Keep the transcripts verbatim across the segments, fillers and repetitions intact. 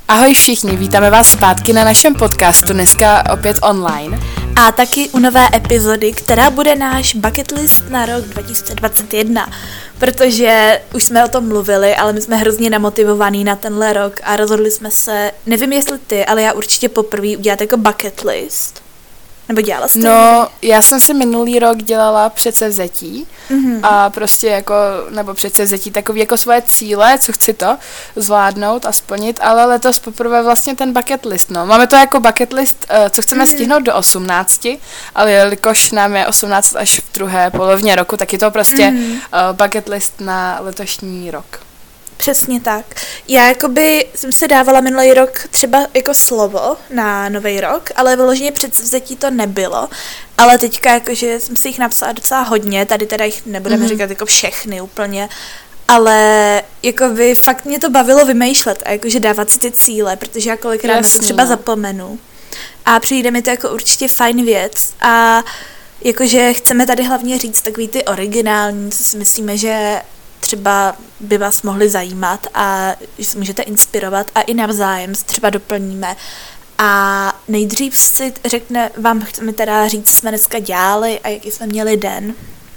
Ahoj všichni, vítáme vás zpátky na našem podcastu, dneska opět online. A taky u nové epizody, která bude náš bucket list na rok dva tisíce dvacet jedna. Protože už jsme o tom mluvili, ale my jsme hrozně namotivovaní na tenhle rok a rozhodli jsme se, nevím jestli ty, ale já určitě poprvé udělat jako bucket list. Nebo dělala jsi to? No, já jsem si minulý rok dělala předsevzetí mm-hmm. a prostě jako, nebo předsevzetí takový jako svoje cíle, co chci to zvládnout a splnit, ale letos poprvé vlastně ten bucket list, no. Máme to jako bucket list, co chceme mm-hmm. stihnout do osmnácti, ale jelikož nám je osmnáct až v druhé polovině roku, tak je to prostě mm-hmm. bucket list na letošní rok. Přesně tak. Já jakoby jsem si dávala minulý rok třeba jako slovo na nový rok, ale vyloženě předsevzetí to nebylo. Ale teďka jakože jsem si jich napsala docela hodně, tady teda jich nebudeme mm-hmm. říkat jako všechny úplně, ale jakoby fakt mě to bavilo vymýšlet a jakože dávat si ty cíle, protože já kolikrát Jasně, na to třeba no. zapomenu. A přijde mi to jako určitě fajn věc a jakože chceme tady hlavně říct takový ty originální, co si myslíme, že třeba by vás mohli zajímat a že se můžete inspirovat a i navzájem třeba doplníme. A nejdřív si řekne, vám chceme teda říct, co jsme dneska dělali a jaký jsme měli den.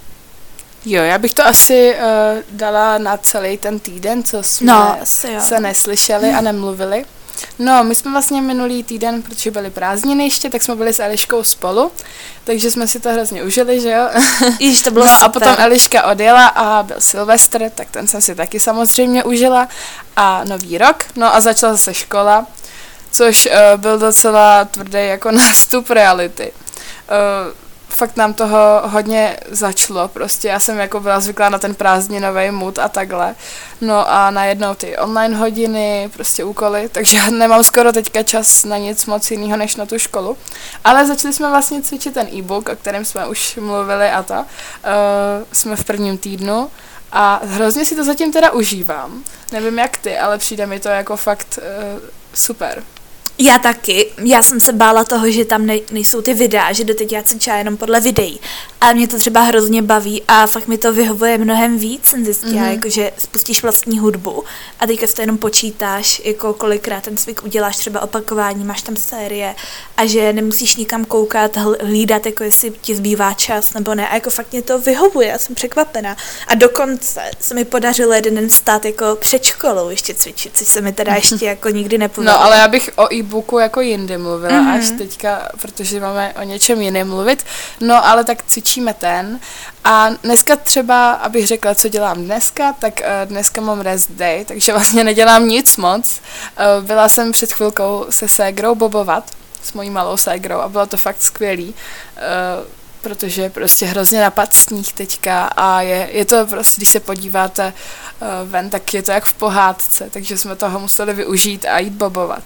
Jo, já bych to asi uh, dala na celý ten týden, co jsme no, se neslyšeli a nemluvili. No, my jsme vlastně minulý týden, protože byly prázdniny ještě, tak jsme byli s Eliškou spolu, takže jsme si to hrozně užili, že jo? Již to bylo no super. A potom Eliška odjela a byl Silvestr, tak ten jsem si taky samozřejmě užila a nový rok, no a začala zase škola, což uh, byl docela tvrdý jako nástup reality. Uh, fakt nám toho hodně začalo, prostě já jsem jako byla zvyklá na ten prázdninový mood a takhle, no a najednou ty online hodiny, prostě úkoly, takže já nemám skoro teďka čas na nic moc jiného než na tu školu, ale začali jsme vlastně cvičit ten e-book, o kterém jsme už mluvili a to, uh, jsme v prvním týdnu a hrozně si to zatím teda užívám, nevím jak ty, ale přijde mi to jako fakt uh, super. Já taky. Já jsem se bála toho, že tam ne, nejsou ty videa, že doteď já cvičila jenom podle videí. Ale mě to třeba hrozně baví a fakt mi to vyhovuje mnohem víc, jsem zjistila, mm-hmm. jakože spustíš vlastní hudbu a teďka si to jenom počítáš, jako kolikrát ten cvik uděláš třeba opakování, máš tam série a že nemusíš nikam koukat, hlídat, jako jestli ti zbývá čas nebo ne. A jako fakt mě to vyhovuje, já jsem překvapená. A dokonce se mi podařilo jeden den stát jako před školou ještě cvičit, což se mi teda ještě jako nikdy nepovedlo. No ale já bych o e-booku jako jindy mluvila, mm-hmm. až teďka, protože máme o něčem jiném mluvit. No, ale tak cvičíme ten. A dneska třeba, abych řekla, co dělám dneska, tak uh, dneska mám rest day, takže vlastně nedělám nic moc. Uh, byla jsem před chvilkou se ségrou bobovat, s mojí malou ségrou a bylo to fakt skvělý. Uh, protože prostě hrozně napad sníh teďka a je, je to prostě, když se podíváte uh, ven, tak je to jak v pohádce, takže jsme toho museli využít a jít bobovat.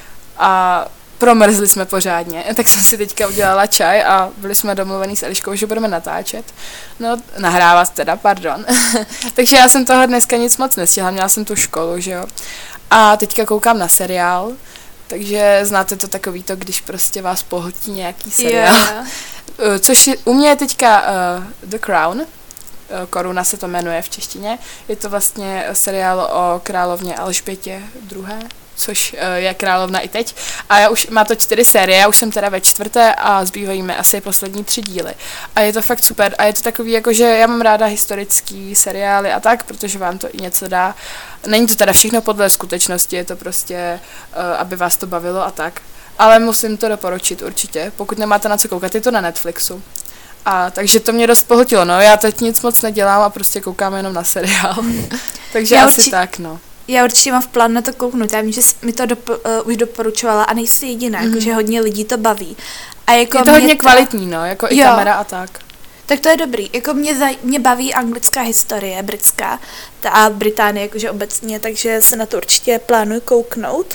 A promrzli jsme pořádně, tak jsem si teďka udělala čaj a byli jsme domluvení s Eliškou, že budeme natáčet, no nahrávat teda, pardon. Takže já jsem toho dneska nic moc nestihla, měla jsem tu školu, že jo. A teďka koukám na seriál, takže znáte to takový to, když prostě vás pohltí nějaký seriál. Yeah. Což je, u mě je teďka uh, The Crown, uh, Koruna se to jmenuje v češtině, je to vlastně seriál o královně Alžbětě druhé, což uh, je královna i teď. A já už, má to čtyři série, já už jsem teda ve čtvrté a zbývají mi asi poslední tři díly. A je to fakt super a je to takový, jako že já mám ráda historický seriály a tak, protože vám to i něco dá. Není to teda všechno podle skutečnosti, je to prostě, uh, aby vás to bavilo a tak. Ale musím to doporučit určitě, pokud nemáte na co koukat, je to na Netflixu. A takže to mě dost pohltilo, no, já teď nic moc nedělám a prostě koukám jenom na seriál. Takže já asi určitě, tak, no. Já určitě mám v plánu na to kouknout, já vím, že mi to dopo, uh, už doporučovala a nejsi jediná, mm. jakože hodně lidí to baví. A jako je to hodně to kvalitní, no, jako jo. i kamera a tak. Tak to je dobrý, jako mě, zaj- mě baví anglická historie, britská, a Británie jakože obecně, takže se na to určitě plánuju kouknout.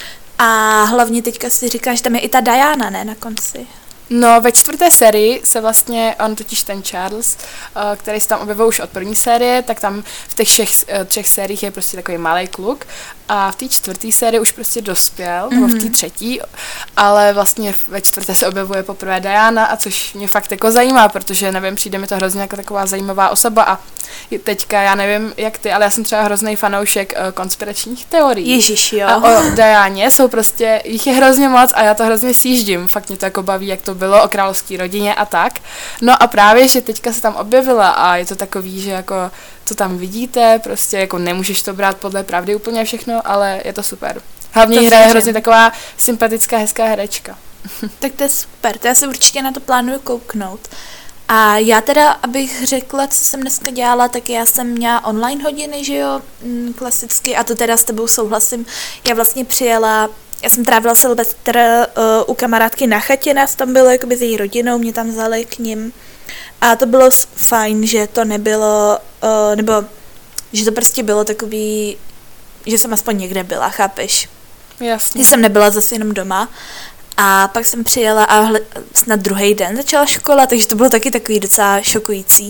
A hlavně teďka si říkáš, že tam je i ta Diana, ne, na konci. No, ve čtvrté sérii se vlastně, on totiž ten Charles, uh, který se tam objevil už od první série, tak tam v těch všech, uh, třech sériích je prostě takový malý kluk a v té čtvrté sérii už prostě dospěl, nebo v té třetí, ale vlastně ve čtvrté se objevuje poprvé Diana, a což mě fakt jako zajímá, protože nevím, přijde mi to hrozně jako taková zajímavá osoba a teďka já nevím jak ty, ale já jsem třeba hrozný fanoušek uh, konspiračních teorií. Ježiš, jo. A o Dianě jsou prostě, jich je hrozně moc a já to hrozně sjíždím, fakt mě to jako baví, jak to bylo o královské rodině a tak. No a právě, že teďka se tam objevila a je to takový, že jako to tam vidíte, prostě jako nemůžeš to brát podle pravdy úplně všechno, ale je to super. Hlavně hra je hrozně taková sympatická, hezká herečka. Tak to je super, to já se určitě na to plánuju kouknout. A já teda, abych řekla, co jsem dneska dělala, tak já jsem měla online hodiny, že jo, klasicky, a to teda s tebou souhlasím. Já vlastně přijela, já jsem trávila Silvestr uh, u kamarádky na chatě, nás tam bylo jakoby s její rodinou, mě tam vzali k ním. A to bylo fajn, že to nebylo, uh, nebo že to prostě bylo takový, že jsem aspoň někde byla, chápeš? Jasně. Že jsem nebyla zase jenom doma. A pak jsem přijela a hle, snad druhý den začala škola, takže to bylo taky takový docela šokující.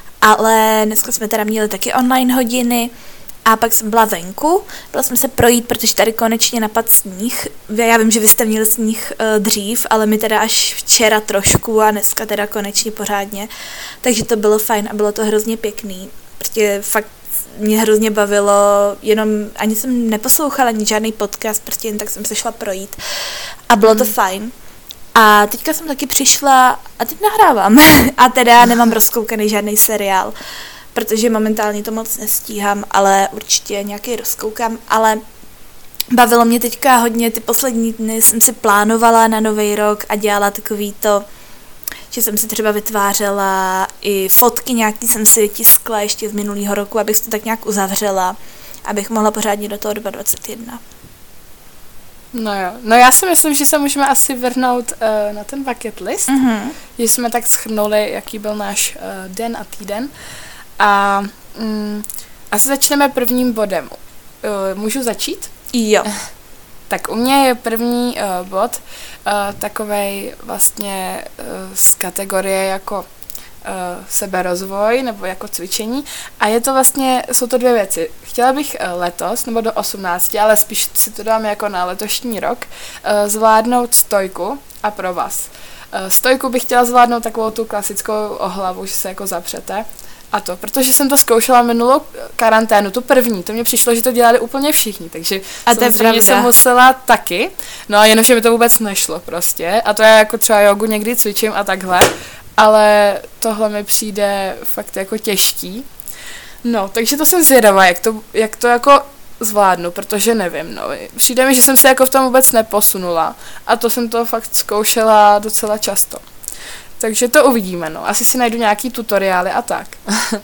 Ale dneska jsme teda měli taky online hodiny a pak jsem byla venku. Byla jsem se projít, protože tady konečně napad sníh. Já vím, že vy jste měli sníh uh, dřív, ale my teda až včera trošku a dneska teda konečně pořádně. Takže to bylo fajn a bylo to hrozně pěkný. Prostě fakt mě hrozně bavilo, jenom ani jsem neposlouchala ani žádný podcast, prostě jen tak jsem se šla projít a bylo to mm. fajn. A teďka jsem taky přišla a teď nahrávám a teda nemám rozkoukaný žádný seriál, protože momentálně to moc nestíhám, ale určitě nějaký rozkoukám, ale bavilo mě teďka hodně, ty poslední dny jsem si plánovala na nový rok a dělala takový to, že jsem si třeba vytvářela i fotky nějaký, jsem si tiskla ještě z minulého roku, abych to tak nějak uzavřela, abych mohla pořádně do toho dvacet jedna. No jo, no já si myslím, že se můžeme asi vrhnout uh, na ten bucket list, mm-hmm. že jsme tak shrnuli, jaký byl náš uh, den a týden a um, asi začneme prvním bodem. Uh, můžu začít? Jo. Tak u mě je první uh, bod uh, takovej vlastně uh, z kategorie jako uh, seberozvoj nebo jako cvičení a je to vlastně, jsou to dvě věci. Chtěla bych uh, letos nebo do osmnácti, ale spíš si to dám jako na letošní rok, uh, zvládnout stojku a provaz. Uh, stojku bych chtěla zvládnout takovou tu klasickou ohlavu, že se jako zapřete. A to, protože jsem to zkoušela minulou karanténu, tu první, to mně přišlo, že to dělali úplně všichni, takže a to samozřejmě jsem musela taky, no a jenomže mi to vůbec nešlo prostě a to já jako třeba jogu někdy cvičím a takhle, ale tohle mi přijde fakt jako těžký. No, takže to jsem zvědavá, jak to, jak to jako zvládnu, protože nevím, no, přijde mi, že jsem se jako v tom vůbec neposunula a to jsem to fakt zkoušela docela často. Takže to uvidíme, no. Asi si najdu nějaký tutoriály a tak.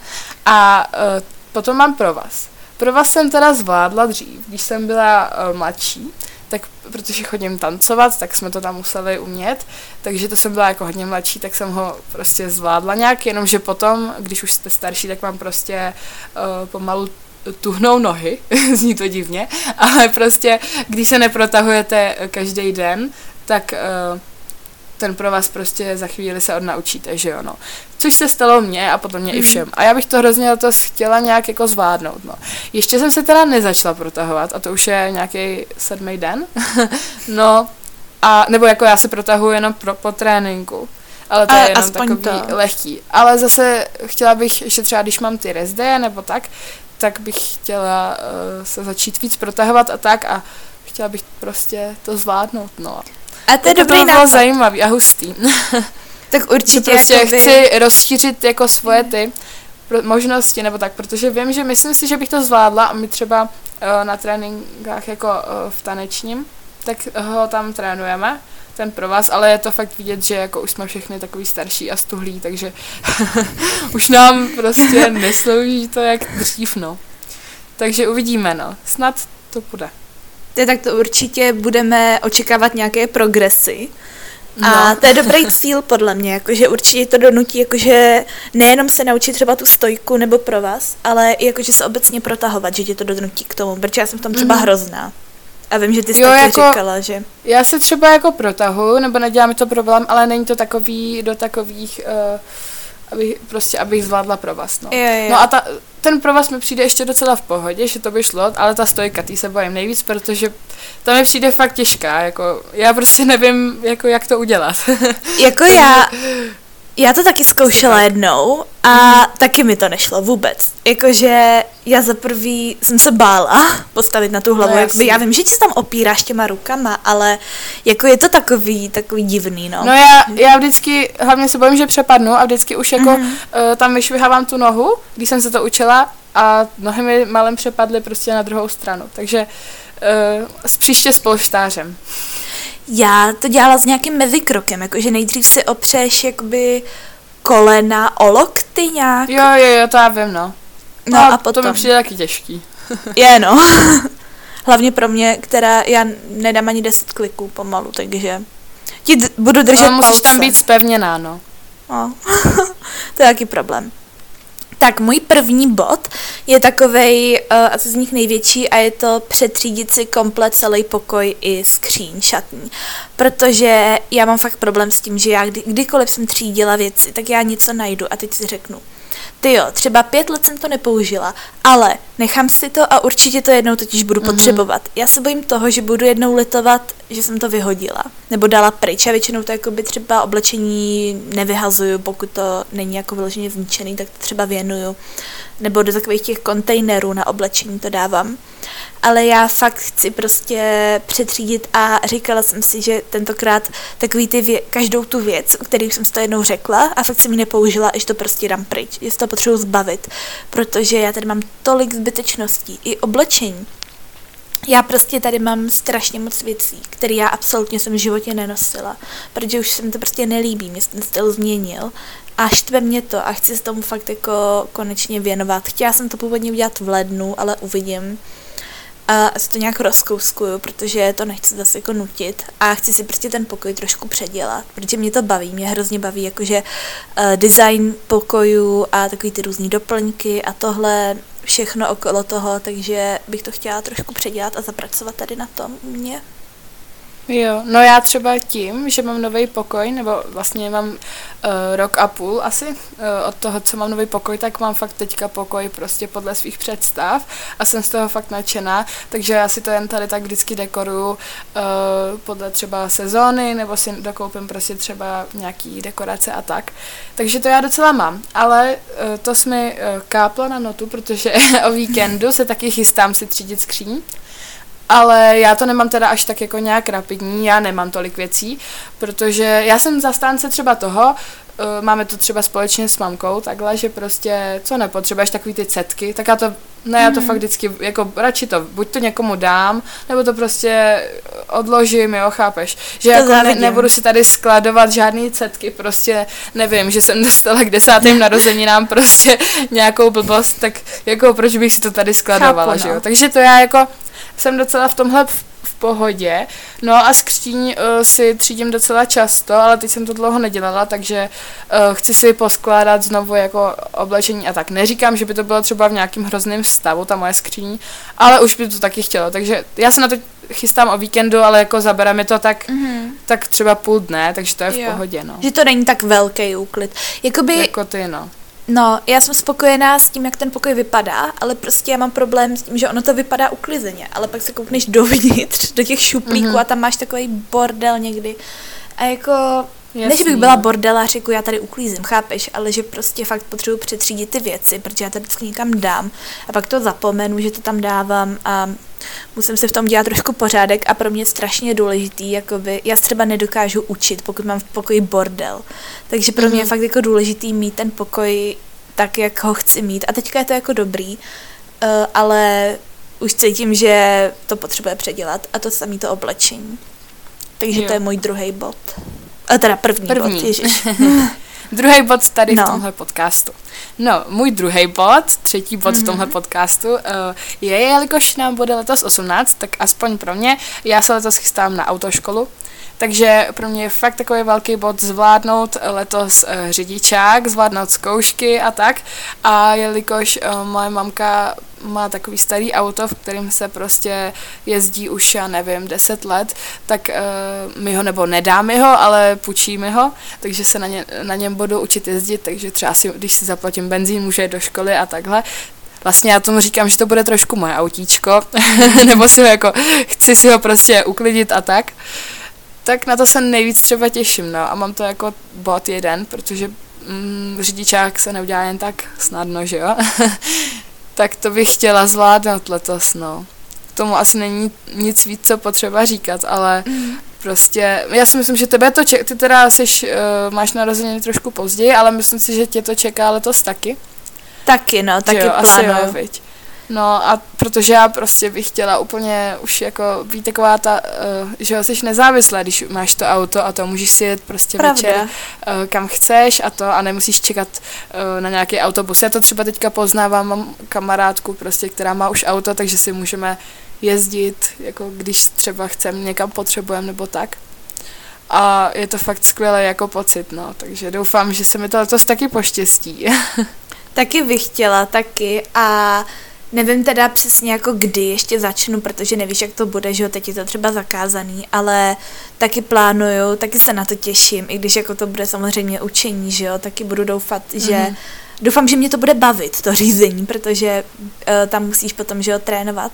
A uh, potom mám provaz. Provaz jsem teda zvládla dřív, když jsem byla uh, mladší, tak protože chodím tancovat, tak jsme to tam museli umět, takže to jsem byla jako hodně mladší, tak jsem ho prostě zvládla nějak, jenomže potom, když už jste starší, tak vám prostě uh, pomalu tuhnou nohy, zní to divně, ale prostě, když se neprotahujete každý den, tak uh, ten pro vás prostě za chvíli se odnaučíte, že jo, no. Což se stalo mně a potom mě mm. i všem. A já bych to hrozně letos chtěla nějak jako zvládnout, no. Ještě jsem se teda nezačala protahovat a to už je nějaký sedmý den, no. A, nebo jako já se protahuji jenom pro, po tréninku, ale to a, je jenom takový to. Lehký. Ale zase chtěla bych, ještě třeba když mám ty rest day nebo tak, tak bych chtěla uh, se začít víc protahovat a tak a chtěla bych prostě to zvládnout, no. A to je dobrý nápad. To bylo zajímavý a hustý. Tak určitě prostě jakoby... chci rozšířit jako svoje ty možnosti nebo tak, protože vím, že myslím si, že bych to zvládla a my třeba uh, na tréninkách jako uh, v tanečním, tak ho tam trénujeme, ten pro vás, ale je to fakt vidět, že jako už jsme všechny takový starší a stuhlí, takže už nám prostě neslouží to jak dřív, no. Takže uvidíme, no. Snad to bude. Tak to určitě budeme očekávat nějaké progresy. A no. To je dobrý cíl podle mě, jakože určitě to donutí, jakože nejenom se naučit třeba tu stojku nebo pro vás, ale i jakože se obecně protahovat, že tě to donutí k tomu, protože já jsem v tom třeba mm. hrozná. A vím, že ty jsi jo, taky jako, říkala, že... Já se třeba jako protahuju, nebo nedělá mi to problém, ale není to takový do takových... Uh, abych prostě, abych zvládla pro vás, no. Jo, jo. No a ta, ten provaz mi přijde ještě docela v pohodě, že to by šlo, ale ta stojka, tý se bojím nejvíc, protože to mi přijde fakt těžká, jako já prostě nevím, jako jak to udělat. Jako já, já to taky zkoušela jednou a mm. taky mi to nešlo vůbec. Jakože já za prvý jsem se bála postavit na tu hlavu, no, jakoby, já vím, že ti se tam opíráš těma rukama, ale jako je to takový, takový divný, no. No já, já vždycky, hlavně se bojím, že přepadnu a vždycky už jako mm. uh, tam vyšvihávám tu nohu, když jsem se to učila a nohy mi malem přepadly prostě na druhou stranu, takže uh, s příště s polštářem. Já to dělala s nějakým mezikrokem, jakože nejdřív si opřeš jakoby kolena o lokty nějak. Jo, jo, jo, to já vím, no. No, no a potom. To mi přijde taky těžký. Je, no. Hlavně pro mě, která já nedám ani deset kliků pomalu, takže ti d- budu držet palce. No, musíš tam být zpevněná, no. No. To je taky problém. Tak můj první bod je takovej, uh, asi z nich největší, a je to přetřídit si komplet celý pokoj i skříň šatní. Protože já mám fakt problém s tím, že já kdy, kdykoliv jsem třídila věci, tak já něco najdu a teď si řeknu, tyjo, třeba pět let jsem to nepoužila, ale nechám si to a určitě to jednou totiž budu mm-hmm. potřebovat. Já se bojím toho, že budu jednou litovat, že jsem to vyhodila, nebo dala pryč. Já většinou to jakoby třeba oblečení nevyhazuju, pokud to není jako vyloženě zničený, tak to třeba věnuju. Nebo do takových těch kontejnerů na oblečení to dávám. Ale já fakt chci prostě přetřídit a říkala jsem si, že tentokrát takový ty vě- každou tu věc, o který jsem si to jednou řekla a fakt jsem ji nepoužila, že to prostě dám pryč, že se to potřebuji zbavit, protože já tady mám tolik zbytečností i oblečení. Já prostě tady mám strašně moc věcí, které já absolutně jsem v životě nenosila, protože už se mi to prostě nelíbí, mě ten styl změnil a štve mě to a chci se tomu fakt jako konečně věnovat. Chtěla jsem to původně udělat v lednu, ale uvidím. A se to nějak rozkouskuju, protože to nechci zase jako nutit a chci si prostě ten pokoj trošku předělat, protože mě to baví, mě hrozně baví jakože uh, design pokojů a takový ty různý doplňky a tohle všechno okolo toho, takže bych to chtěla trošku předělat a zapracovat tady na tom u mě. Jo, no já třeba tím, že mám nový pokoj, nebo vlastně mám uh, rok a půl asi uh, od toho, co mám nový pokoj, tak mám fakt teďka pokoj prostě podle svých představ a jsem z toho fakt nadšená, takže já si to jen tady tak vždycky dekoruju uh, podle třeba sezóny, nebo si dokoupím prostě třeba nějaký dekorace a tak. Takže to já docela mám, ale uh, to jsi mi uh, kápla na notu, protože o víkendu se taky chystám si třídit skříň. Ale já to nemám teda až tak jako nějak rapidní, já nemám tolik věcí, protože já jsem zastánce třeba toho, uh, máme to třeba společně s mamkou, takhle, že prostě, co nepotřebuješ, takový ty cetky, tak já to, ne, já to mm. fakt vždycky, jako radši to, buď to někomu dám, nebo to prostě odložím, jo, chápeš, že to jako ne, nebudu si tady skladovat žádný cetky, prostě nevím, že jsem dostala k desátým narozeninám prostě nějakou blbost, tak jako proč bych si to tady skladovala, Chápu, že jo, no. Takže to já jako jsem docela v tomhle v, v pohodě, no a skříň uh, si třídím docela často, ale teď jsem to dlouho nedělala, takže uh, chci si poskládat znovu jako oblečení a tak. Neříkám, že by to bylo třeba v nějakým hrozném stavu, ta moje skříň, ale už by to taky chtělo, takže já se na to chystám o víkendu, ale jako zabere mi to tak, mm-hmm. tak třeba půl dne, takže to je v jo. pohodě, no. Že to není tak velký úklid. Jakoby... Jako ty, no. No, já jsem spokojená s tím, jak ten pokoj vypadá, ale prostě já mám problém s tím, že ono to vypadá uklizeně, ale pak se koukneš dovnitř, do těch šuplíků mm-hmm. a tam máš takový bordel někdy. A jako, Jasný. ne, že bych byla bordelářiku, já tady uklízím, chápeš, ale že prostě fakt potřebuji přetřídit ty věci, protože já to vždycky někam dám a pak to zapomenu, že to tam dávám a musím si v tom dělat trošku pořádek a pro mě je strašně důležitý, jakoby, já se třeba nedokážu učit, pokud mám v pokoji bordel, takže pro mm-hmm. mě je fakt jako důležitý mít ten pokoj tak, jak ho chci mít a teďka je to jako dobrý, uh, ale už cítím, že to potřebuje předělat a to samý to oblečení. Takže jo. To je můj druhý bod. A teda první, první. bod, ježiš. Druhý bod tady no. v tomhle podcastu. No, můj druhý bod, třetí bod mm-hmm. v tomhle podcastu uh, je, jelikož nám bude letos osmnáct, tak aspoň pro mě, já se letos chystám na autoškolu, takže pro mě je fakt takový velký bod zvládnout letos uh, řidičák, zvládnout zkoušky a tak. A jelikož uh, moje mamka má takový starý auto, v kterým se prostě jezdí už, já nevím, deset let, tak uh, mi ho, nebo nedá mi ho, ale půjčí mi ho, takže se na, ně, na něm budu učit jezdit, takže třeba si, když si zaplatím benzín, může jít do školy a takhle. vlastně já tomu říkám, že to bude trošku moje autíčko, nebo si ho jako, chci si ho prostě uklidit a tak, tak na to se nejvíc třeba těším, no, a mám to jako bod jeden, protože mm, řidičák se neudělá jen tak snadno, že jo, tak to bych chtěla zvládnout letos, no. K tomu asi není nic víc, co potřeba říkat, ale mm. prostě, já si myslím, že tebe to čeká, ty teda seš, uh, máš narozeniny trošku později, ale myslím si, že tě to čeká letos taky. Taky, no, taky jo, plánuju. Viď. No a protože já prostě bych chtěla úplně už jako být taková ta, uh, že jo, jsi nezávislá, když máš to auto a to můžeš si jet prostě Pravda. večer uh, kam chceš a to a nemusíš čekat uh, na nějaký autobus. Já to třeba teďka poznávám, mám kamarádku prostě, která má už auto, takže si můžeme jezdit, jako když třeba chceme, někam potřebujeme nebo tak. A je to fakt skvělé jako pocit, no, takže doufám, že se mi to letos taky poštěstí. Taky bych chtěla, taky a nevím teda přesně jako kdy ještě začnu, protože nevíš, jak to bude, že jo, teď je to třeba zakázaný, ale taky plánuju, taky se na to těším, i když jako to bude samozřejmě učení, že jo, taky budu doufat, že mm. doufám, že mě to bude bavit, to řízení, protože uh, tam musíš potom, že jo, trénovat.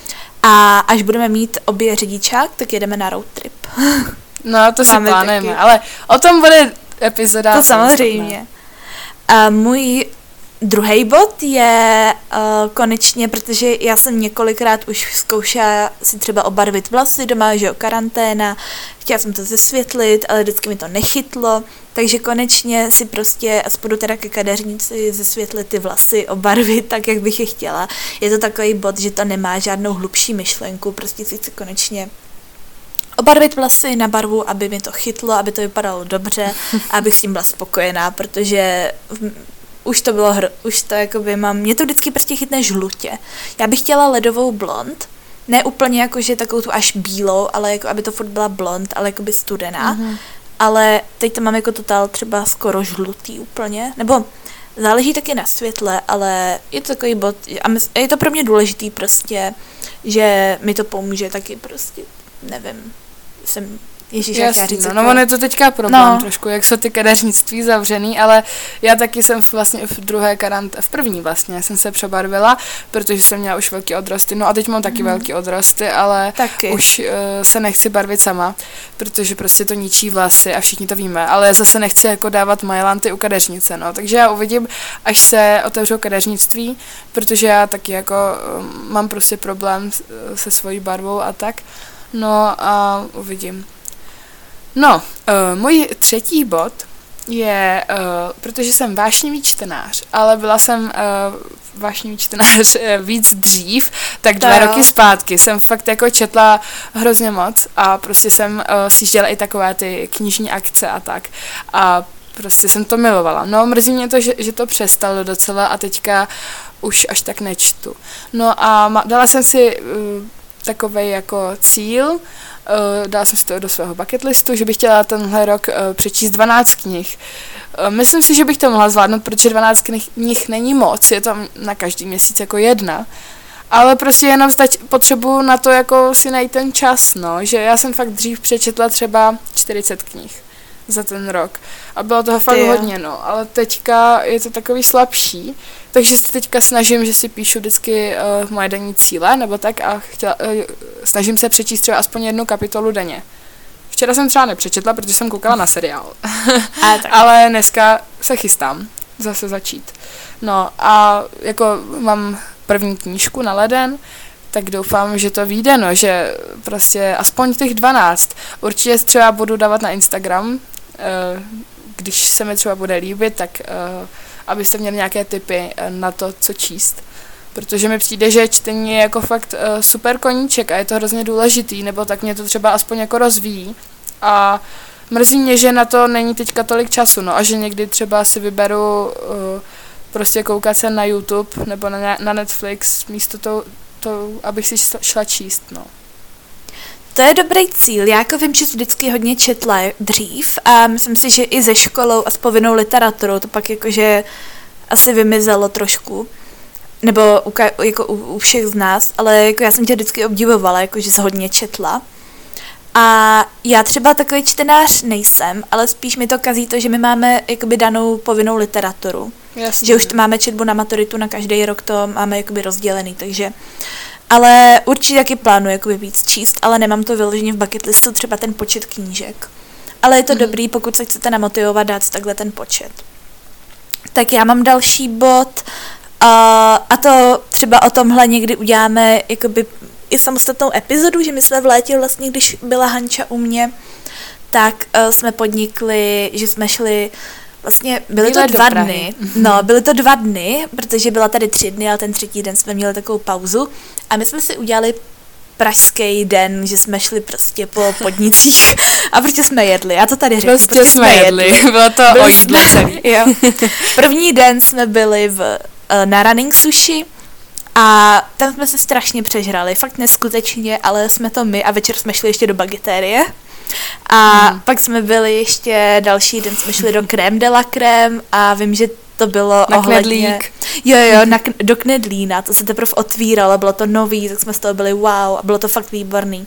A až budeme mít obě řidičák, tak jedeme na road trip. No, to si plánujeme, ale o tom bude epizoda. To samozřejmě. A můj druhý bod je uh, konečně, protože já jsem několikrát už zkoušela si třeba obarvit vlasy doma, že jo, karanténa, chtěla jsem to zesvětlit, ale vždycky mi to nechytlo, takže konečně si prostě, aspoň jdu teda ke kadeřnici, zesvětlit ty vlasy, obarvit tak, jak bych je chtěla. Je to takový bod, že to nemá žádnou hlubší myšlenku, prostě si chci konečně obarvit vlasy na barvu, aby mi to chytlo, aby to vypadalo dobře a abych s tím byla spokojená, protože už to bylo, hr- už to jakoby mám, mě to vždycky prostě chytne žlutě. Já bych chtěla ledovou blond, ne úplně jako, že takovou tu až bílou, ale jako, aby to furt byla blond, ale jakoby studená. Mm-hmm. Ale teď to mám jako totál třeba skoro žlutý úplně, nebo záleží taky na světle, ale je to takový bod, a je to pro mě důležitý prostě, že mi to pomůže taky prostě, nevím, jsem... Ježíš, jak já říct, no, no, ono je to teďka problém no. trošku, jak jsou ty kadeřnictví zavřený, ale já taky jsem vlastně v druhé karant, v první vlastně jsem se přebarvila, protože jsem měla už velký odrosty, no a teď mám taky mm. velký odrosty, ale taky. už uh, se nechci barvit sama, protože prostě to ničí vlasy a všichni to víme, ale zase nechci jako dávat majlanty u kadeřnice, no, takže já uvidím, až se otevřou kadeřnictví, protože já taky jako um, mám prostě problém se svojí barvou a tak, no a uvidím. No, uh, můj třetí bod je, uh, protože jsem vášnivý čtenář, ale byla jsem uh, vášnivý čtenář uh, víc dřív, tak dva to roky jo. zpátky jsem fakt jako četla hrozně moc a prostě jsem uh, si dělala i takové ty knižní akce a tak a prostě jsem to milovala. No, mrzí mě to, že, že to přestalo docela a teďka už až tak nečtu. No a ma, dala jsem si uh, takovej jako cíl, Uh, dala jsem si to do svého bucket listu, že bych chtěla tenhle rok uh, přečíst dvanáct knih. Uh, myslím si, že bych to mohla zvládnout, protože dvanáct knih není moc, je to na každý měsíc jako jedna. Ale prostě jenom stať, potřebuji na to jako si najít ten čas, no, že já jsem fakt dřív přečetla třeba čtyřicet knih za ten rok a bylo toho fakt hodně, no, ale teďka je to takový slabší, takže se teďka snažím, že si píšu vždycky uh, moje denní cíle, nebo tak a chtěla, uh, snažím se přečíst třeba aspoň jednu kapitolu denně. Včera jsem třeba nepřečetla, protože jsem koukala na seriál, ale dneska se chystám zase začít. No a jako mám první knížku na leden, tak doufám, že to vyjde, no, že prostě aspoň těch dvanáct. Určitě třeba budu dávat na Instagram, když se mi třeba bude líbit, tak abyste měli nějaké tipy na to, co číst. Protože mi přijde, že čtení je jako fakt super koníček a je to hrozně důležitý, nebo tak mě to třeba aspoň jako rozvíjí. A mrzí mě, že na to není teďka tolik času, no, a že někdy třeba si vyberu prostě koukat se na YouTube nebo na, na Netflix místo toho, to, abych si šla číst, no. To je dobrý cíl. Já jako vím, že jsi vždycky hodně četla dřív a myslím si, že i ze školou a s povinnou literaturou to pak jakože asi vymizelo trošku. Nebo u, jako u, u všech z nás, ale jako já jsem tě vždycky obdivovala, jako že jsi hodně četla. A já třeba takový čtenář nejsem, ale spíš mi to kazí to, že my máme jakoby danou povinnou literaturu. Jasně. Že už to máme četbu na maturitu, na každý rok to máme jakoby rozdělený, takže... Ale určitě taky plánuji jakoby víc číst, ale nemám to vyloženě v bucket listu třeba ten počet knížek. Ale je to mm. dobrý, pokud se chcete namotivovat, dát takhle ten počet. Tak já mám další bod uh, a to třeba o tomhle někdy uděláme jakoby i samostatnou epizodu, že my jsme v létě vlastně, když byla Hanča u mě, tak uh, jsme podnikli, že jsme šli, vlastně byly Výlet to dva dny, no byly to dva dny, protože byla tady tři dny, ale ten třetí den jsme měli takovou pauzu a my jsme si udělali pražský den, že jsme šli prostě po podnicích a prostě jsme jedli, já to tady řeknu, prostě, prostě jsme jedli. jedli. Bylo to Byli o jídle celý. Jo. První den jsme byli v, na running sushi a tam jsme se strašně přežrali, fakt neskutečně, ale jsme to my a večer jsme šli ještě do bagetérie. A hmm. pak jsme byli ještě, další den jsme šli do Crème de la Crème a vím, že to bylo na ohledně... Knedlík. Jo, jo, na, do Knedlína, to se teprve otvíralo, bylo to nový, tak jsme z toho byli wow a bylo to fakt výborný.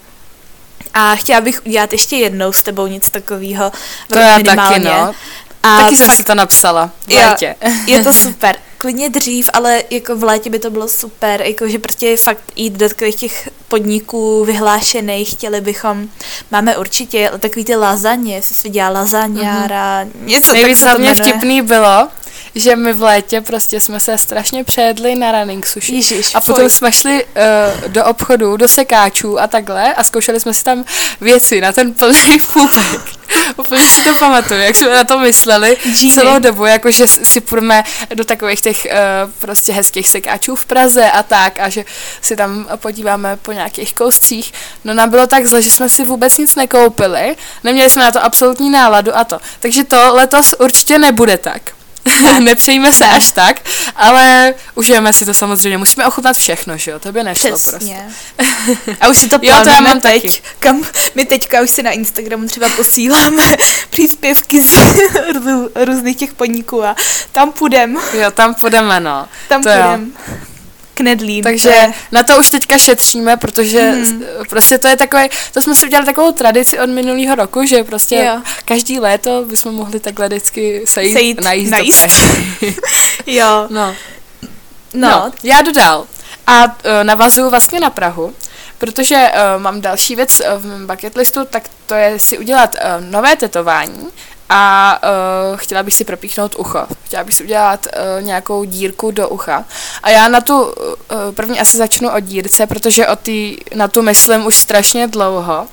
A chtěla bych udělat ještě jednou s tebou něco takového. To já taky, no. A taky jsem fakt, si to napsala v létě. Jo, je to super. Klidně dřív, ale jako v létě by to bylo super, jako že prostě fakt jít do takových těch podniků vyhlášených, chtěli bychom, máme určitě takový ty lazaně, jestli jsi viděla lazaňára, mm-hmm. něco. Nejvíc hlavně vtipný bylo, že my v létě prostě jsme se strašně přejedli na running sushi. Ježiš, a potom fuj. jsme šli uh, do obchodu, do sekáčů a takhle a zkoušeli jsme si tam věci na ten plný půpek. Úplně si to pamatuju, jak jsme na to mysleli Gini. celou dobu, jakože si půjdeme do takových těch uh, prostě hezkých sekáčů v Praze a tak a že si tam podíváme po nějakých kouscích. No nám bylo tak zle, že jsme si vůbec nic nekoupili, neměli jsme na to absolutní náladu a to. Takže to letos určitě nebude tak. Nepřejíme se ne. až tak, ale užijeme si to samozřejmě. Musíme ochutnat všechno, že jo? To by nešlo Přesně. prostě. A už si to plánujeme jo, to já mám teď. Taky. Kam my teďka už si na Instagramu třeba posíláme příspěvky z různých těch podniků a tam půjdem. Jo, tam půjdeme, no. Tam to půjdem. Jo. Knedlín. Takže je. na to už teďka šetříme, protože mm. prostě to je takové, to jsme si udělali takovou tradici od minulého roku, že prostě jo. každý léto bychom mohli takhle vždycky sejít, sejít najíst, najíst do Prahy. Jo. No. No. no. Já jdu dál. A uh, navazuju vlastně na Prahu, protože uh, mám další věc uh, v mém bucket listu, tak to je si udělat uh, nové tetování. A uh, chtěla bych si propíchnout ucho. Chtěla bych si udělat uh, nějakou dírku do ucha. A já na tu uh, první asi začnu o dírce, protože o tý, na tu myslím už strašně dlouho.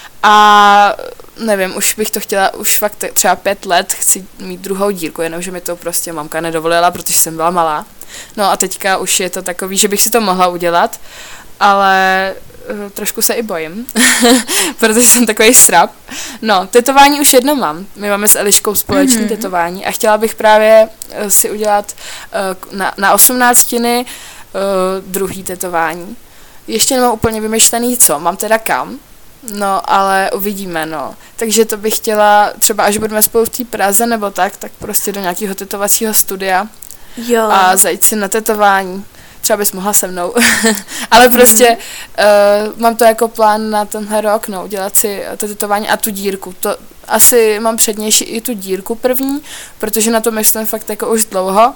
A nevím, už bych to chtěla, už fakt třeba pět let chci mít druhou dírku, jenomže mi to prostě mamka nedovolila, protože jsem byla malá. No a teďka už je to takový, že bych si to mohla udělat, ale uh, trošku se i bojím, protože jsem takový strap. No, tetování už jedno mám. My máme s Eliškou společné mm-hmm. tetování a chtěla bych právě uh, si udělat uh, na, na osmnáctiny uh, druhý tetování. Ještě nemám úplně vymyšlený co, mám teda kam, no, ale uvidíme, no. Takže to bych chtěla, třeba až budeme spolu v té Praze nebo tak, tak prostě do nějakého tetovacího studia jo. a zajít si na tetování. Třeba bys mohla se mnou. Ale prostě mm. uh, mám to jako plán na tenhle rok, no, udělat si to tetování a tu dírku. To asi mám přednější i tu dírku první, protože na to myslím fakt jako už dlouho.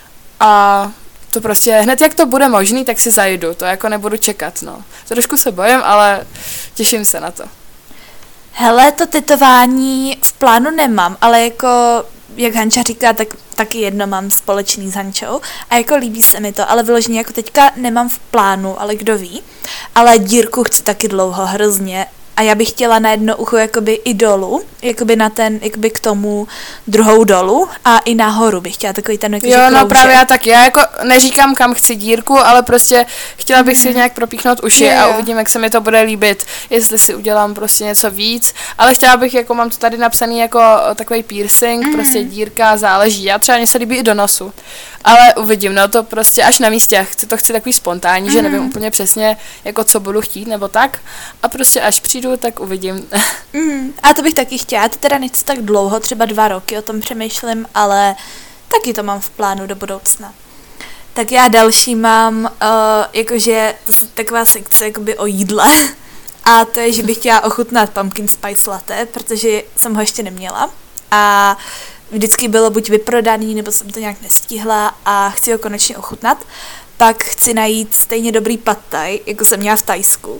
A to prostě hned jak to bude možný, tak si zajdu. To jako nebudu čekat, no. Trošku se bojím, ale těším se na to. Hele, to tetování v plánu nemám, ale jako jak Hanča říká, tak taky jedno mám společný s Hančou a jako líbí se mi to, ale vyloženě jako teďka nemám v plánu, ale kdo ví, ale dírku chci taky dlouho hrozně a já bych chtěla na jedno ucho jakoby i dolů, jakoby na ten, jakoby k tomu druhou dolů a i nahoru bych chtěla takový ten jakože Jo, no kloužek. právě já tak, já jako neříkám kam chci dírku, ale prostě chtěla bych mm. si nějak propíchnout uši je, a uvidím, jak se mi to bude líbit, jestli si udělám prostě něco víc, ale chtěla bych, jako mám to tady napsaný jako takový piercing, mm. prostě dírka, záleží, já třeba mě se líbí i do nosu, ale uvidím, no to prostě až na místě, chci to chci takový spontánní, mm. že nevím úplně přesně, jako co budu chtít nebo tak a prostě až přijdu, tak uvidím. Mm. A to bych taky chtěla, to teda nechci tak dlouho, třeba dva roky o tom přemýšlím, ale taky to mám v plánu do budoucna. Tak já další mám, uh, jakože to je taková sekce jakoby o jídle a to je, že bych chtěla ochutnat pumpkin spice latte, protože jsem ho ještě neměla a vždycky bylo buď vyprodaný, nebo jsem to nějak nestihla a chci ho konečně ochutnat, pak chci najít stejně dobrý pad thai, jako jsem měla v Thajsku.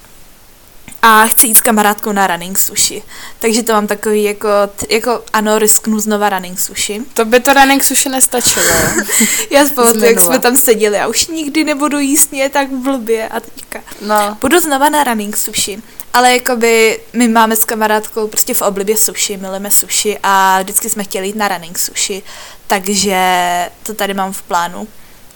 A chci jít s kamarádkou na running sushi. Takže to mám takový jako, jako ano, risknu znova running sushi. To by to running sushi nestačilo. Já spolu, jak jsme tam seděli, já už nikdy nebudu jíst, mě tak blbě a teďka. No. Budu znova na running sushi. Ale jakoby my máme s kamarádkou prostě v oblibě sushi, milujeme sushi a vždycky jsme chtěli jít na running sushi. Takže to tady mám v plánu.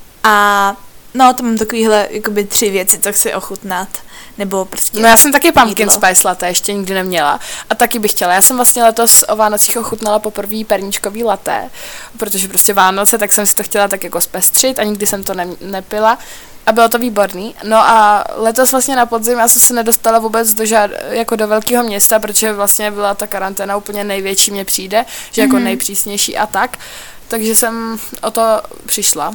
A no, to mám takovýhle jakoby tři věci, co chci ochutnat. Nebo prostě no já jsem taky pumpkin spice latte ještě nikdy neměla a taky bych chtěla. Já jsem vlastně letos o Vánocích ochutnala poprvé perníčkový latte, protože prostě Vánoce, tak jsem si to chtěla tak jako zpestřit a nikdy jsem to ne- nepila a bylo to výborný. No a letos vlastně na podzim já jsem se nedostala vůbec do žád, jako do velkého města, protože vlastně byla ta karanténa úplně největší, mně přijde, že jako mm-hmm. nejpřísnější a tak. Takže jsem o to přišla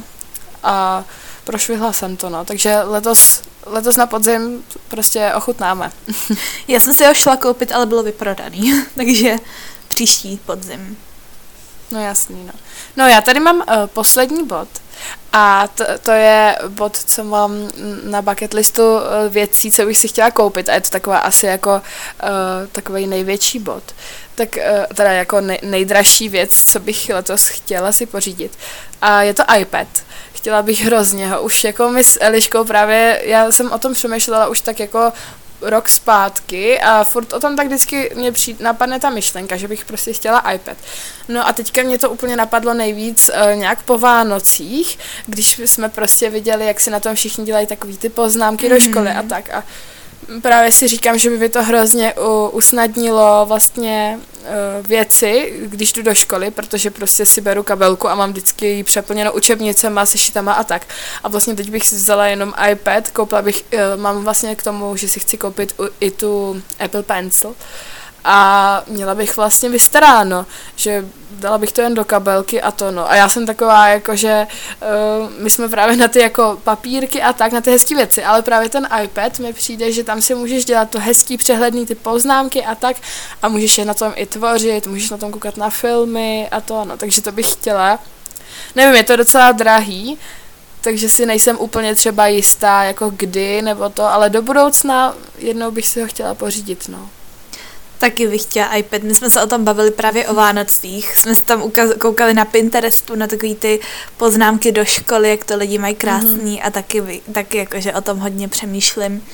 a prošvihla jsem to, no. Takže letos, letos na podzim prostě ochutnáme. Já jsem si ho šla koupit, ale bylo vyprodaný, takže příští podzim. No jasný, no. No já tady mám uh, poslední bod a to, to je bod, co mám na bucket listu uh, věcí, co bych si chtěla koupit a je to taková asi jako uh, takový největší bod. Tak uh, teda jako nej, nejdražší věc, co bych letos chtěla si pořídit. A je to iPad. Chtěla bych hrozně ho. Už jako my s Eliškou právě, já jsem o tom přemýšlela už tak jako rok zpátky a furt o tom tak vždycky mě přijde, napadne ta myšlenka, že bych prostě chtěla iPad. No a teďka mě to úplně napadlo nejvíc uh, nějak po Vánocích, když jsme prostě viděli, jak si na tom všichni dělají takový ty poznámky mm-hmm. do školy a tak a právě si říkám, že by mi to hrozně u, usnadnilo vlastně uh, věci, když jdu do školy, protože prostě si beru kabelku a mám vždycky ji přeplněnou učebnicema, sešitama a tak. A vlastně teď bych si vzala jenom iPad, koupila bych, uh, mám vlastně k tomu, že si chci koupit u, i tu Apple Pencil a měla bych vlastně vystaráno, že dala bych to jen do kabelky a to no. A já jsem taková jako, že uh, my jsme právě na ty jako papírky a tak, na ty hezký věci, ale právě ten iPad mi přijde, že tam si můžeš dělat to hezký, přehledný ty poznámky a tak a můžeš je na tom i tvořit, můžeš na tom koukat na filmy a to no, takže to bych chtěla. Nevím, je to docela drahý, takže si nejsem úplně třeba jistá, jako kdy nebo to, ale do budoucna jednou bych si ho chtěla pořídit, no. Taky bych chtěla iPad, my jsme se o tom bavili právě o Vánocích, jsme se tam ukaz- koukali na Pinterestu, na takový ty poznámky do školy, jak to lidi mají krásný mm-hmm. a taky, taky jakože o tom hodně přemýšlím.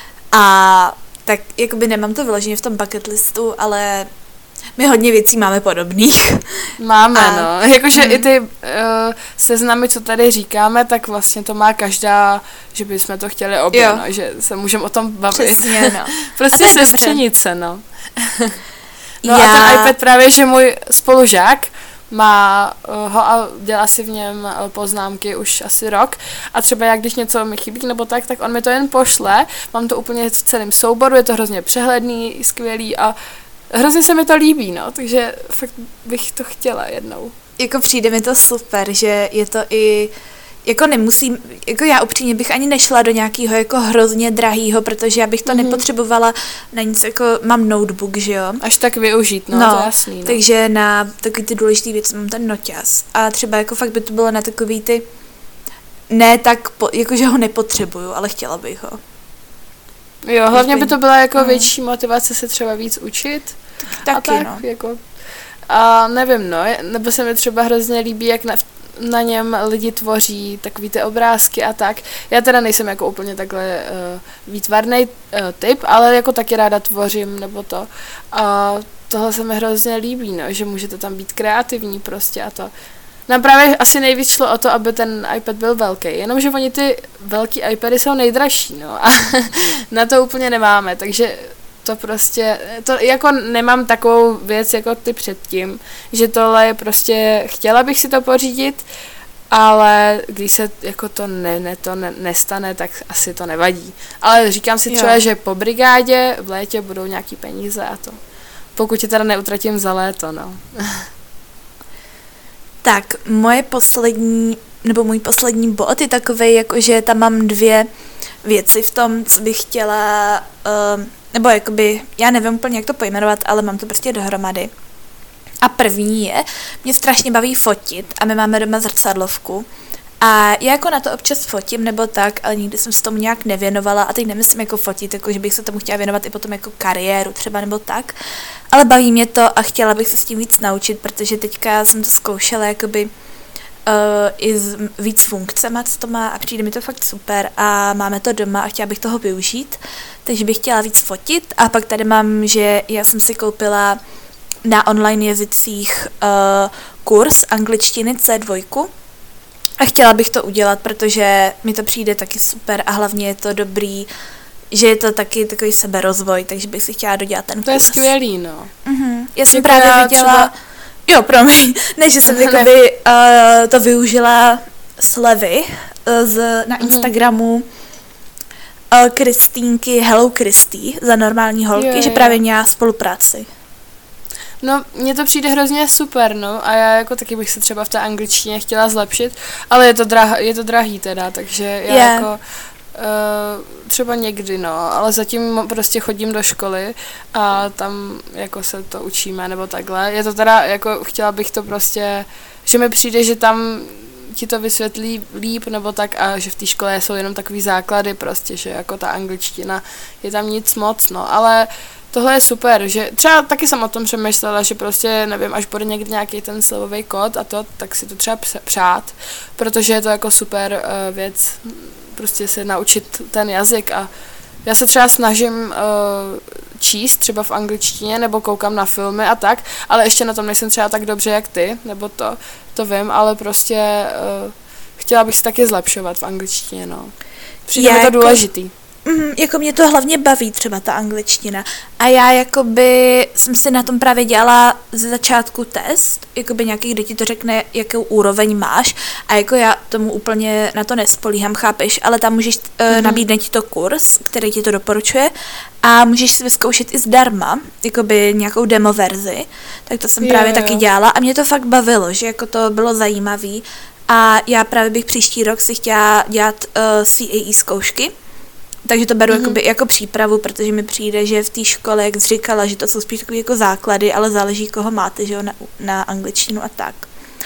A tak jakoby nemám to vyloženě v tom bucket listu, ale my hodně věcí máme podobných. Máme, a, no. Jakože mm. i ty uh, seznamy, co tady říkáme, tak vlastně to má každá, že bychom to chtěli obě, no, že se můžeme o tom bavit. Přesně, no. Prostě sestřenice, no. No Já... a ten iPad právě, že můj spolužák má uh, ho a dělá si v něm uh, poznámky už asi rok a třeba jak když něco mi chybí nebo tak, tak on mi to jen pošle, mám to úplně v celém souboru, je to hrozně přehledný, skvělý a hrozně se mi to líbí, no, takže fakt bych to chtěla jednou. Jako přijde mi to super, že je to i, jako nemusím, jako já upřímně bych ani nešla do nějakého jako hrozně drahýho, protože já bych to mm-hmm. nepotřebovala na nic, jako mám notebook, že jo. Až tak využít, no, no to je jasný. No. Takže na takový ty důležitý věci mám ten noťaz a třeba jako fakt by to bylo na takový ty, ne tak, po, jako že ho nepotřebuju, ale chtěla bych ho. Jo, hlavně by to byla jako mm. větší motivace se třeba víc učit. Tak, taky, a tak, no. Jako, a nevím, no, nebo se mi třeba hrozně líbí, jak na, na něm lidi tvoří takový ty obrázky a tak. Já teda nejsem jako úplně takhle uh, výtvarný uh, typ, ale jako taky ráda tvořím, nebo to. A tohle se mi hrozně líbí, no, že můžete tam být kreativní prostě a to. Nám právě asi nejvíc šlo o to, aby ten iPad byl velký, jenomže oni ty velký iPady jsou nejdražší, no, a na to úplně nemáme, takže to prostě, to jako nemám takovou věc jako ty předtím, že tohle je prostě, chtěla bych si to pořídit, ale když se jako to, ne, ne, to ne, nestane, tak asi to nevadí. Ale říkám si třeba, jo. že po brigádě v létě budou nějaký peníze a to, pokud je teda neutratím za léto, no. Tak, moje poslední, nebo můj poslední bod je takovej, jakože tam mám dvě věci v tom, co bych chtěla, uh, nebo jakoby, já nevím úplně, jak to pojmenovat, ale mám to prostě dohromady. A první je, mě strašně baví fotit a my máme doma zrcadlovku. A já jako na to občas fotím nebo tak, ale nikdy jsem se tomu nějak nevěnovala a teď nemyslím jako fotit, jako že bych se tomu chtěla věnovat i potom jako kariéru třeba nebo tak, ale baví mě to a chtěla bych se s tím víc naučit, protože teďka jsem to zkoušela jakoby uh, i s víc funkcema, co to má a přijde mi to fakt super a máme to doma a chtěla bych toho využít, takže bych chtěla víc fotit a pak tady mám, že já jsem si koupila na online jazycích uh, kurz angličtiny C dva. A chtěla bych to udělat, protože mi to přijde taky super a hlavně je to dobrý, že je to taky takový seberozvoj, takže bych si chtěla dodělat ten kurz. To je skvělý, no. Mm-hmm. Já jsem Jako právě já viděla... třeba... Jo, promiň. Ne, že jsem jakoby uh, to využila slevy uh, z, na Instagramu uh, Kristýnky Hello Kristý za normální holky, jo, jo. že právě měla spolupráci. No, mně to přijde hrozně super, no, a já jako taky bych se třeba v té angličtině chtěla zlepšit, ale je to, drah, je to drahý teda, takže já yeah. jako uh, třeba někdy, no, ale zatím prostě chodím do školy a tam jako se to učíme, nebo takhle. Je to teda, jako chtěla bych to prostě, že mi přijde, že tam ti to vysvětlí líp, nebo tak, a že v té škole jsou jenom takový základy prostě, že jako ta angličtina je tam nic moc, no, ale tohle je super, že třeba taky jsem o tom přemýšlela, že prostě, nevím, až bude někdy nějaký ten slovový kód a to, tak si to třeba přát, protože je to jako super uh, věc, prostě se naučit ten jazyk a já se třeba snažím uh, číst třeba v angličtině nebo koukám na filmy a tak, ale ještě na tom nejsem třeba tak dobře jak ty, nebo to, to vím, ale prostě uh, chtěla bych se taky zlepšovat v angličtině, no. Přijde mi to jako... důležitý. Mm, jako mě to hlavně baví třeba ta angličtina a já jakoby jsem si na tom právě dělala ze začátku test, jakoby nějaký, kde ti to řekne, jakou úroveň máš a jako já tomu úplně na to nespolíhám, chápeš, ale tam můžeš, mm-hmm. uh, nabídne ti to kurz, který ti to doporučuje a můžeš si vyzkoušet i zdarma, jakoby nějakou demo verzi, tak to jsem jo, právě jo. taky dělala a mě to fakt bavilo, že jako to bylo zajímavý a já právě bych příští rok si chtěla dělat uh, C A E zkoušky. Takže to beru mm-hmm. jakoby, jako přípravu, protože mi přijde, že v té škole, jak jsi říkala, že to jsou spíš takové jako základy, ale záleží, koho máte, že jo, na, na angličtinu a tak.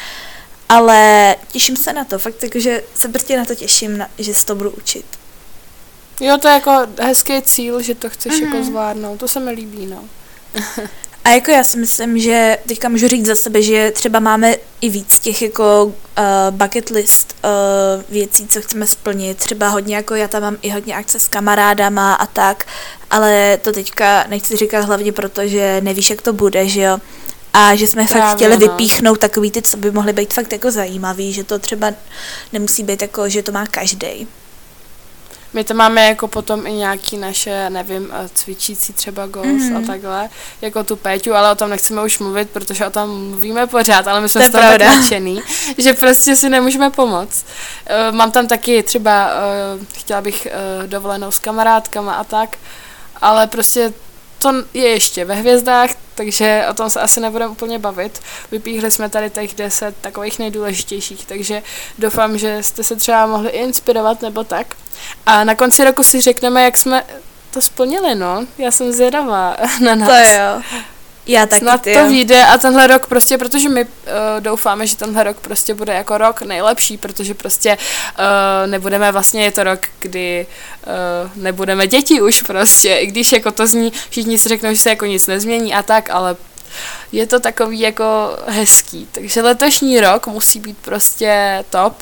Ale těším se na to, fakt jakože se prostě na to těším, na, že se to budu učit. Jo, to je jako hezký cíl, že to chceš mm-hmm. jako zvládnout, to se mi líbí, no. A jako já si myslím, že teďka můžu říct za sebe, že třeba máme i víc těch jako uh, bucket list uh, věcí, co chceme splnit. Třeba hodně, jako já tam mám i hodně akce s kamarádama a tak, ale to teďka nechci říkat hlavně proto, že nevíš, jak to bude, že jo. A že jsme Právě, fakt chtěli no. vypíchnout takový ty, co by mohly být fakt jako zajímavý, že to třeba nemusí být jako, že to má každej. My to máme jako potom i nějaký naše, nevím, cvičící třeba goals mm-hmm. a takhle, jako tu Péťu, ale o tom nechceme už mluvit, protože o tom mluvíme pořád, ale my jsme z toho tak nadšený, že prostě si nemůžeme pomoct. Uh, mám tam taky třeba, uh, chtěla bych uh, dovolenou s kamarádkama a tak, ale prostě to je ještě ve hvězdách, takže o tom se asi nebudeme úplně bavit. Vypíchli jsme tady těch deset takových nejdůležitějších, takže doufám, že jste se třeba mohli inspirovat nebo tak. A na konci roku si řekneme, jak jsme to splnili, no. Já jsem zvědavá na nás. To jo. Já taky, Snad to vyjde a tenhle rok prostě, protože my uh, doufáme, že tenhle rok prostě bude jako rok nejlepší, protože prostě uh, nebudeme vlastně, je to rok, kdy uh, nebudeme děti už prostě, i když jako to zní, všichni si řeknou, že se jako nic nezmění a tak, ale je to takový jako hezký, takže letošní rok musí být prostě top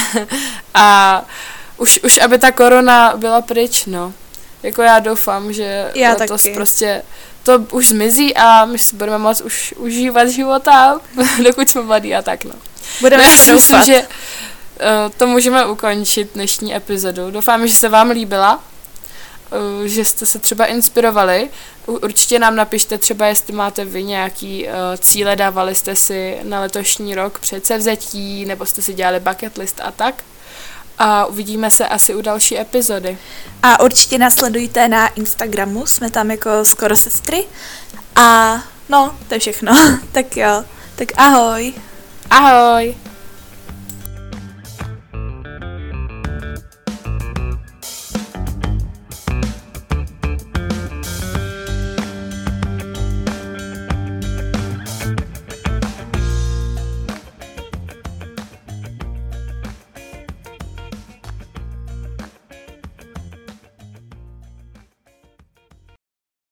a už, už aby ta korona byla pryč, no. Jako já doufám, že já letos taky. prostě to už zmizí a my si budeme moct už užívat života, dokud jsme mladí a tak, no. Budeme no, si myslím, že uh, to můžeme ukončit dnešní epizodu. Doufám, že se vám líbila, uh, že jste se třeba inspirovali. Určitě nám napište třeba, jestli máte vy nějaký uh, cíle, dávali jste si na letošní rok předsevzetí, nebo jste si dělali bucket list a tak. A uvidíme se asi u další epizody. A určitě nás sledujte na Instagramu, jsme tam jako skoro sestry. A no, to je všechno. Tak jo, tak ahoj. Ahoj.